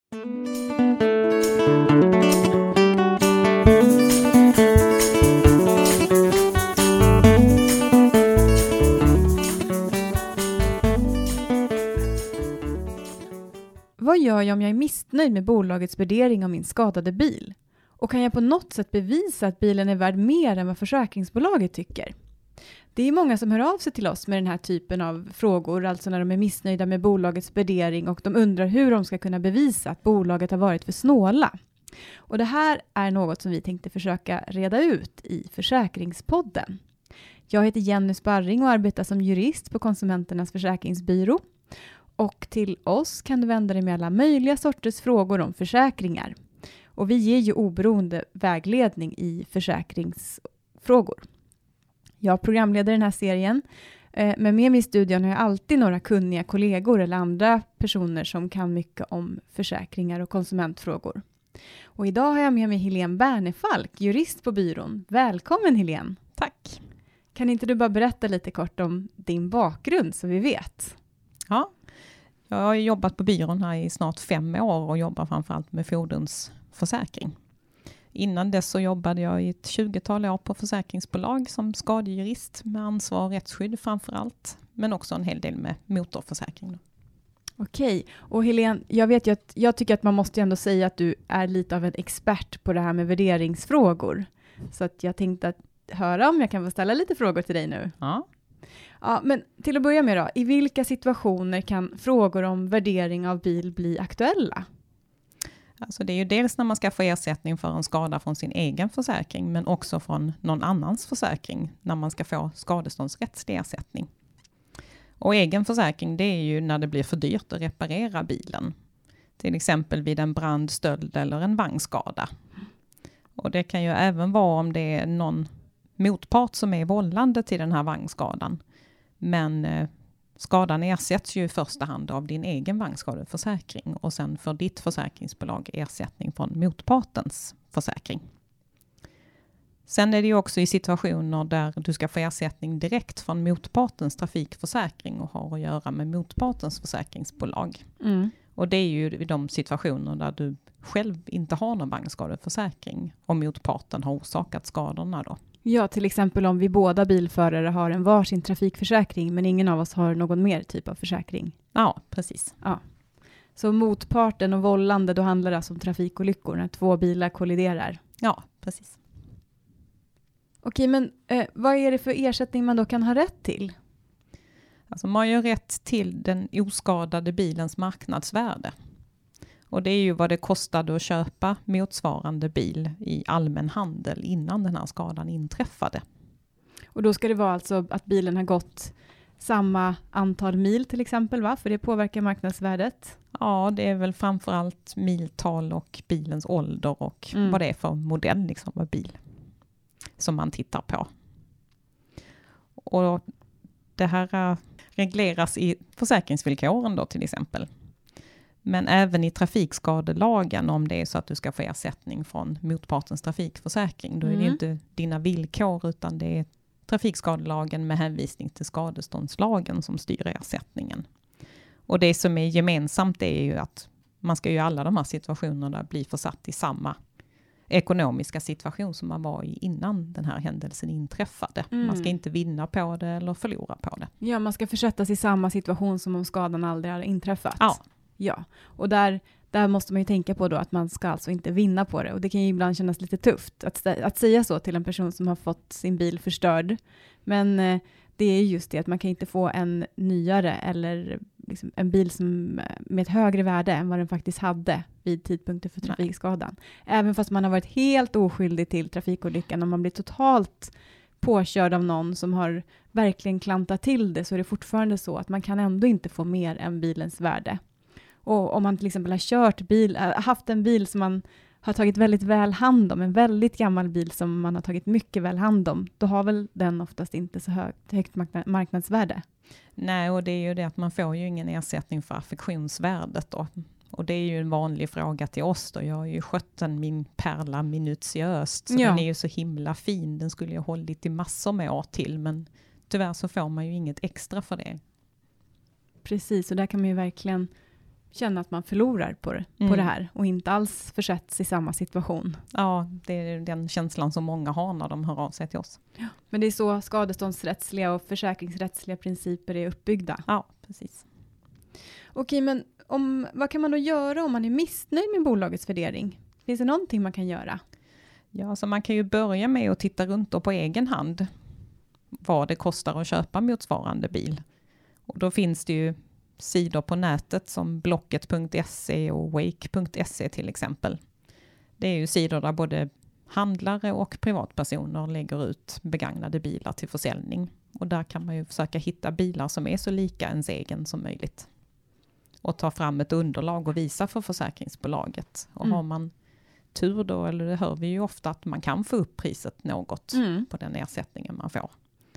Vad gör jag om jag är missnöjd med bolagets värdering av min skadade bil? Och kan jag på något sätt bevisa att bilen är värd mer än vad försäkringsbolaget tycker? Det är många som hör av sig till oss med den här typen av frågor, alltså när de är missnöjda med bolagets värdering och de undrar hur de ska kunna bevisa att bolaget har varit för snåla. Och det här är något som vi tänkte försöka reda ut i Försäkringspodden. Jag heter Jenny Sparring och arbetar som jurist på Konsumenternas försäkringsbyrå. Och till oss kan du vända dig med alla möjliga sorters frågor om försäkringar. Och vi ger ju oberoende vägledning i försäkringsfrågor. Jag programleder den här serien. Men med mig i studion har jag alltid några kunniga kollegor eller andra personer som kan mycket om försäkringar och konsumentfrågor. Och idag har jag med mig Helene Bernefalk, jurist på byrån. Välkommen Helene! Tack! Kan inte du bara berätta lite kort om din bakgrund så vi vet? Ja, jag har jobbat på byrån här i snart 5 år och jobbar framförallt med fordonsförsäkring. Innan dess så jobbade jag i ett 20-tal år på försäkringsbolag som skadejurist med ansvar och rättsskydd framförallt. Men också en hel del med motorförsäkring. Okej, och Helene, jag tycker att man måste ändå säga att du är lite av en expert på det här med värderingsfrågor. Så att jag tänkte att höra om jag kan få ställa lite frågor till dig nu. Ja. Ja, men till att börja med då, i vilka situationer kan frågor om värdering av bil bli aktuella? Alltså det är ju dels när man ska få ersättning för en skada från sin egen försäkring men också från någon annans försäkring när man ska få skadeståndsrättslig ersättning. Och egen försäkring det är ju när det blir för dyrt att reparera bilen. Till exempel vid en brand, stöld eller en vagnskada. Och det kan ju även vara om det är någon motpart som är vållande till den här vagnskadan. Men skadan ersätts ju i första hand av din egen vagnskadeförsäkring och sen för ditt försäkringsbolag ersättning från motpartens försäkring. Sen är det ju också i situationer där du ska få ersättning direkt från motpartens trafikförsäkring och har att göra med motpartens försäkringsbolag. Mm. Och det är ju i de situationer där du själv inte har någon vagnskadeförsäkring och motparten har orsakat skadorna då. Ja, till exempel om vi båda bilförare har en varsin trafikförsäkring men ingen av oss har någon mer typ av försäkring. Ja, precis. Ja. Så motparten och vållande, då handlar det alltså om trafikolyckor när 2 bilar kolliderar. Ja, precis. Okej, men vad är det för ersättning man då kan ha rätt till? Alltså man har ju rätt till den oskadade bilens marknadsvärde. Och det är ju vad det kostade att köpa motsvarande bil i allmän handel innan den här skadan inträffade. Och då ska det vara alltså att bilen har gått samma antal mil till exempel, va? För det påverkar marknadsvärdet. Ja, det är väl framförallt miltal och bilens ålder och vad det är för modell liksom av bil som man tittar på. Och det här regleras i försäkringsvillkoren då till exempel. Men även i trafikskadelagen om det är så att du ska få ersättning från motpartens trafikförsäkring. Då är det inte dina villkor utan det är trafikskadelagen med hänvisning till skadeståndslagen som styr ersättningen. Och det som är gemensamt är ju att man ska ju i alla de här situationerna bli försatt i samma ekonomiska situation som man var i innan den här händelsen inträffade. Man ska inte vinna på det eller förlora på det. Ja, man ska försättas i samma situation som om skadan aldrig har inträffat. Ja, och där måste man ju tänka på då att man ska alltså inte vinna på det. Och det kan ju ibland kännas lite tufft att säga så till en person som har fått sin bil förstörd. Men det är just det att man kan inte få en nyare eller liksom en bil som med ett högre värde än vad den faktiskt hade vid tidpunkten för trafikskadan. Även fast man har varit helt oskyldig till trafikolyckan och man blir totalt påkörd av någon som har verkligen klantat till det, så är det fortfarande så att man kan ändå inte få mer än bilens värde. Och om man till exempel har haft en bil som man har tagit väldigt väl hand om, en väldigt gammal bil som man har tagit mycket väl hand om, då har väl den oftast inte så högt marknadsvärde. Nej, och det är ju det att man får ju ingen ersättning för affektionsvärdet då. Och det är ju en vanlig fråga till oss då. Jag har ju skött min Perla minutiöst, så den är ju så himla fin. Den skulle ju hållit i massor med år till, men tyvärr så får man ju inget extra för det. Precis, och där kan man ju verkligen känna att man förlorar på det här och inte alls försätts i samma situation. Ja, det är den känslan som många har när de hör av sig till oss. Ja, men det är så skadeståndsrättsliga och försäkringsrättsliga principer är uppbyggda. Ja, precis. Okej, men vad kan man då göra om man är missnöjd med bolagets värdering? Finns det någonting man kan göra? Ja, så man kan ju börja med att titta runt på egen hand vad det kostar att köpa motsvarande bil. Och då finns det ju sidor på nätet som Blocket.se och Wake.se till exempel. Det är ju sidor där både handlare och privatpersoner lägger ut begagnade bilar till försäljning. Och där kan man ju försöka hitta bilar som är så lika ens egen som möjligt. Och ta fram ett underlag och visa för försäkringsbolaget. Och har man tur då, eller det hör vi ju ofta, att man kan få upp priset något på den ersättningen man får.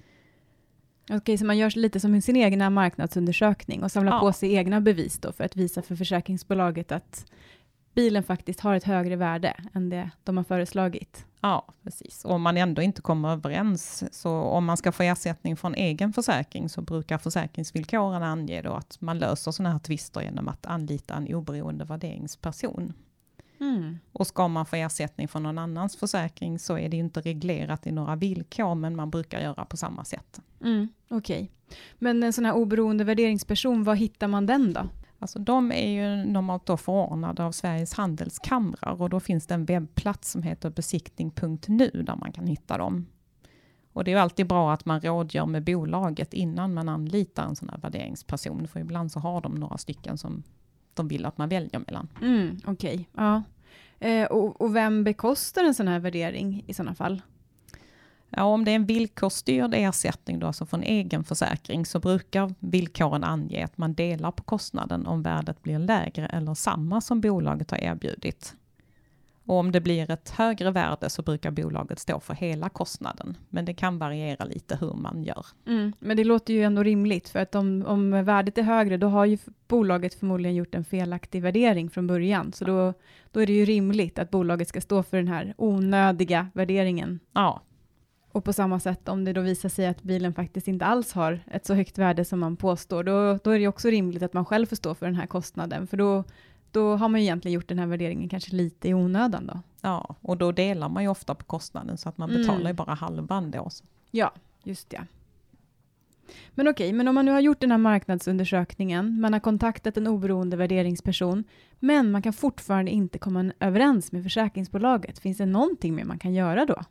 Okej, så man gör lite som sin egna marknadsundersökning och samlar på sig egna bevis då för att visa för försäkringsbolaget att bilen faktiskt har ett högre värde än det de har föreslagit. Ja, precis. Och om man ändå inte kommer överens, så om man ska få ersättning från egen försäkring så brukar försäkringsvillkoren ange då att man löser sådana här tvister genom att anlita en oberoende värderingsperson. Och ska man få ersättning från någon annans försäkring så är det ju inte reglerat i några villkor, men man brukar göra på samma sätt. Okej. Men en sån här oberoende värderingsperson, var hittar man den då? Alltså de är ju normalt då förordnade av Sveriges handelskamrar, och då finns det en webbplats som heter besiktning.nu där man kan hitta dem. Och det är ju alltid bra att man rådgör med bolaget innan man anlitar en sån här värderingsperson, för ibland så har de några stycken som de vill att man väljer mellan. Okej. Ja. Och vem bekostar en sån här värdering i sådana fall? Ja, om det är en villkorsstyrd ersättning då, alltså från egen försäkring, så brukar villkoren ange att man delar på kostnaden om värdet blir lägre eller samma som bolaget har erbjudit. Och om det blir ett högre värde så brukar bolaget stå för hela kostnaden. Men det kan variera lite hur man gör. Men det låter ju ändå rimligt, för att om värdet är högre då har ju bolaget förmodligen gjort en felaktig värdering från början. Så då är det ju rimligt att bolaget ska stå för den här onödiga värderingen. Ja. Och på samma sätt, om det då visar sig att bilen faktiskt inte alls har ett så högt värde som man påstår, då är det också rimligt att man själv får stå för den här kostnaden. För då har man ju egentligen gjort den här värderingen kanske lite i onödan då. Ja, och då delar man ju ofta på kostnaden så att man betalar ju bara halvan då. Ja, just det. Men okej, men om man nu har gjort den här marknadsundersökningen, man har kontaktat en oberoende värderingsperson, men man kan fortfarande inte komma överens med försäkringsbolaget. Finns det någonting mer man kan göra då?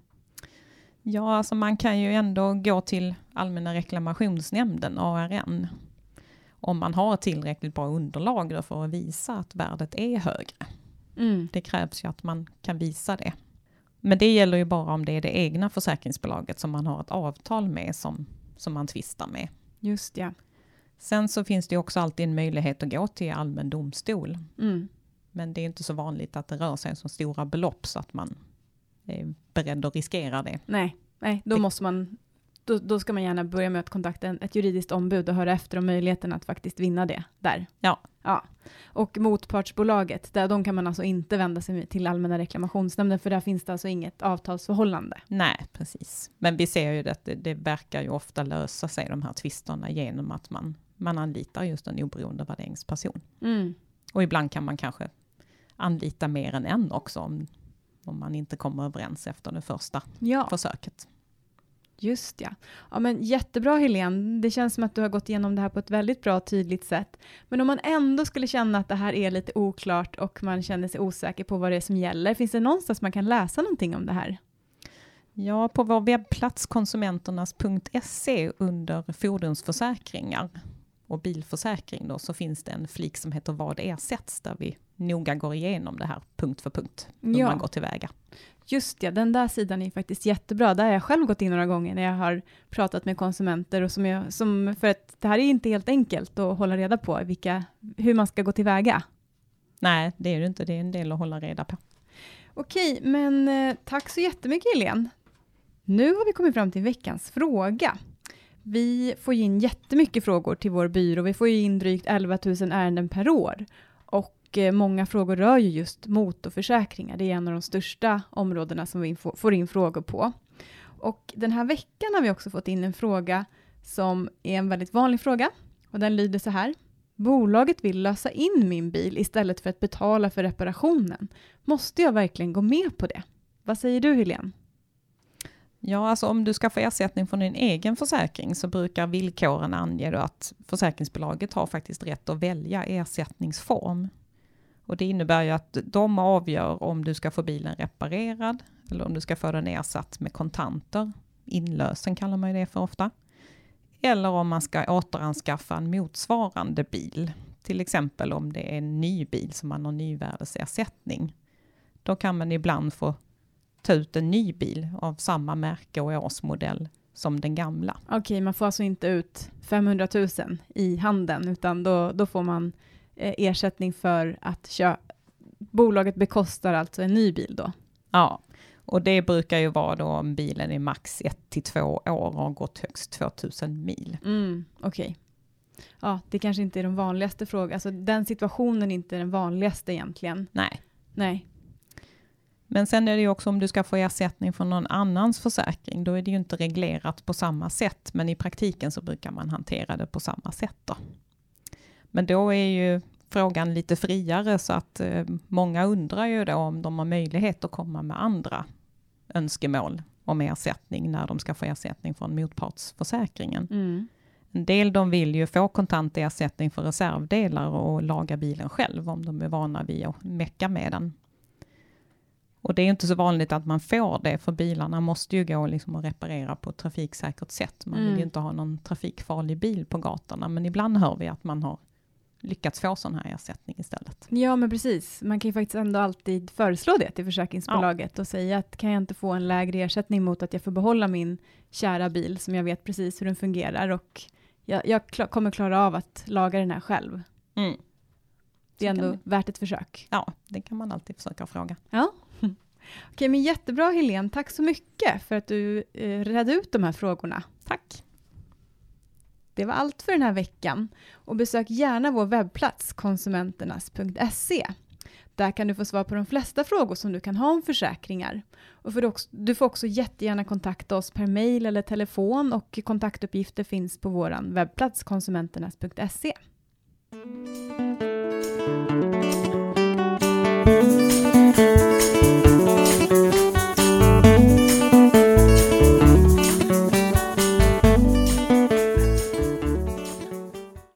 Ja, alltså man kan ju ändå gå till Allmänna reklamationsnämnden, ARN, om man har ett tillräckligt bra underlag för att visa att värdet är högre. Det krävs ju att man kan visa det. Men det gäller ju bara om det är det egna försäkringsbolaget som man har ett avtal med som man tvistar med. Just ja. Sen så finns det ju också alltid en möjlighet att gå till allmän domstol. Men det är inte så vanligt att det rör sig om så stora belopp så att man är beredd att riskera det. Nej, då måste man... Då ska man gärna börja med att kontakta ett juridiskt ombud och höra efter om möjligheten att faktiskt vinna det där. Ja. Och motpartsbolaget, de kan man alltså inte vända sig till Allmänna reklamationsnämnden, för där finns det alltså inget avtalsförhållande. Nej, precis. Men vi ser ju att det verkar ju ofta lösa sig, de här tvisterna, genom att man anlitar just en oberoende värderingsperson. Och ibland kan man kanske anlita mer än en också om man inte kommer överens efter det första försöket. Just ja. Ja, men jättebra Helene. Det känns som att du har gått igenom det här på ett väldigt bra och tydligt sätt. Men om man ändå skulle känna att det här är lite oklart och man känner sig osäker på vad det är som gäller, finns det någonstans man kan läsa någonting om det här? Ja, på vår webbplats konsumenternas.se under fordonsförsäkringar och bilförsäkring då, så finns det en flik som heter Vad ersätts, där vi noga går igenom det här punkt för punkt, hur man går tillväga. Just det, den där sidan är faktiskt jättebra. Där har jag själv gått in några gånger när jag har pratat med konsumenter. Och för att det här är inte helt enkelt att hålla reda på hur man ska gå tillväga. Nej, det är det inte. Det är en del att hålla reda på. Okej, men tack så jättemycket Helene. Nu har vi kommit fram till veckans fråga. Vi får in jättemycket frågor till vår byrå. Vi får in drygt 11 000 ärenden per år. Och många frågor rör ju just motorförsäkringar. Det är en av de största områdena som vi får in frågor på. Och den här veckan har vi också fått in en fråga som är en väldigt vanlig fråga. Och den lyder så här. Bolaget vill lösa in min bil istället för att betala för reparationen. Måste jag verkligen gå med på det? Vad säger du, Helene? Ja, alltså om du ska få ersättning från din egen försäkring så brukar villkoren ange då att försäkringsbolaget har faktiskt rätt att välja ersättningsform. Och det innebär ju att de avgör om du ska få bilen reparerad eller om du ska få den ersatt med kontanter. Inlösen kallar man ju det för ofta. Eller om man ska återanskaffa en motsvarande bil. Till exempel om det är en ny bil som man har nyvärdesersättning. Då kan man ibland få ta ut en ny bil av samma märke och årsmodell som den gamla. Okej, man får alltså inte ut 500 000 i handen utan då får man ersättning för att bolaget bekostar alltså en ny bil då. Ja, och det brukar ju vara då om bilen är max 1-2 år och har gått högst 2000 mil. Okej. Ja, det kanske inte är de vanligaste frågorna. Alltså den situationen är inte den vanligaste egentligen. Nej. Men sen är det ju också om du ska få ersättning från någon annans försäkring. Då är det ju inte reglerat på samma sätt. Men i praktiken så brukar man hantera det på samma sätt då. Men då är ju frågan lite friare så att många undrar ju då om de har möjlighet att komma med andra önskemål om ersättning när de ska få ersättning från motpartsförsäkringen. En del de vill ju få kontant ersättning för reservdelar och laga bilen själv om de är vana vid att mecka med den. Och det är inte så vanligt att man får det för bilarna måste ju gå liksom att reparera på ett trafiksäkert sätt. Man vill ju inte ha någon trafikfarlig bil på gatorna men ibland hör vi att man har lyckats få sån här ersättning istället. Ja, men precis. Man kan ju faktiskt ändå alltid föreslå det till försäkringsbolaget och säga att kan jag inte få en lägre ersättning mot att jag får behålla min kära bil som jag vet precis hur den fungerar och jag kommer klara av att laga den här själv. Det är ändå värt ett försök. Ja, det kan man alltid försöka fråga. Ja. Okej, men jättebra Helene. Tack så mycket för att du redde ut de här frågorna. Tack. Det var allt för den här veckan och besök gärna vår webbplats konsumenternas.se. Där kan du få svar på de flesta frågor som du kan ha om försäkringar. Och du får också jättegärna kontakta oss per mejl eller telefon och kontaktuppgifter finns på vår webbplats konsumenternas.se.